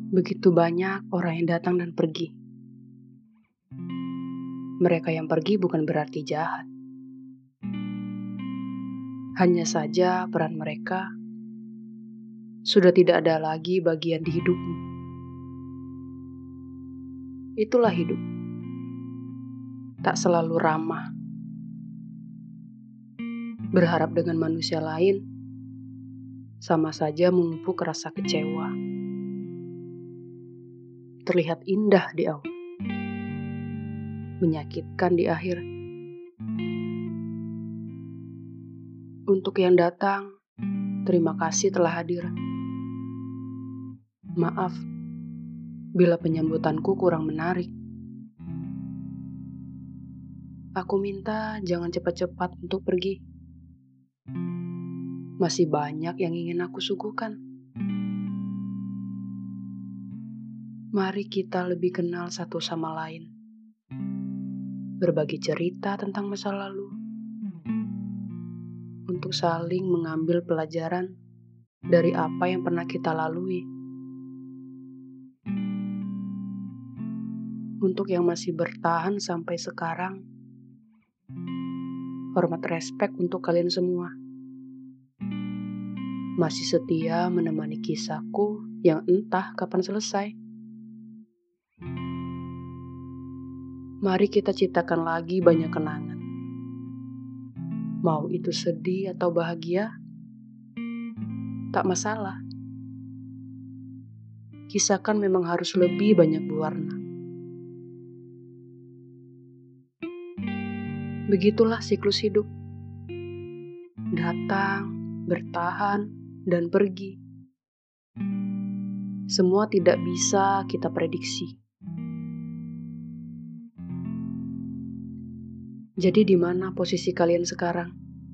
Begitu banyak orang yang datang dan pergi. Mereka yang pergi bukan berarti jahat. Hanya saja peran mereka sudah tidak ada lagi bagian di hidupmu. Itulah hidup. Tak selalu ramah. Berharap dengan manusia lain sama saja memupuk rasa kecewa. Terlihat indah di awal, menyakitkan di akhir. Untuk yang datang, terima kasih telah hadir. Maaf bila penyambutanku kurang menarik. Aku minta jangan cepat-cepat untuk pergi. Masih banyak yang ingin aku suguhkan. Mari kita lebih kenal satu sama lain. Berbagi cerita tentang masa lalu. Untuk saling mengambil pelajaran dari apa yang pernah kita lalui. Untuk yang masih bertahan sampai sekarang, hormat respek untuk kalian semua. Masih setia menemani kisahku yang entah kapan selesai. Mari kita ciptakan lagi banyak kenangan. Mau itu sedih atau bahagia, tak masalah. Kisah kan memang harus lebih banyak berwarna. Begitulah siklus hidup. Datang, bertahan, dan pergi. Semua tidak bisa kita prediksi. Jadi di mana posisi kalian sekarang?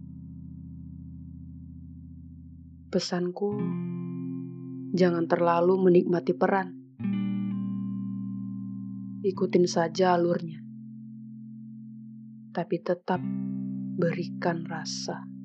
Pesanku, jangan terlalu menikmati peran. Ikutin saja alurnya. Tapi tetap berikan rasa.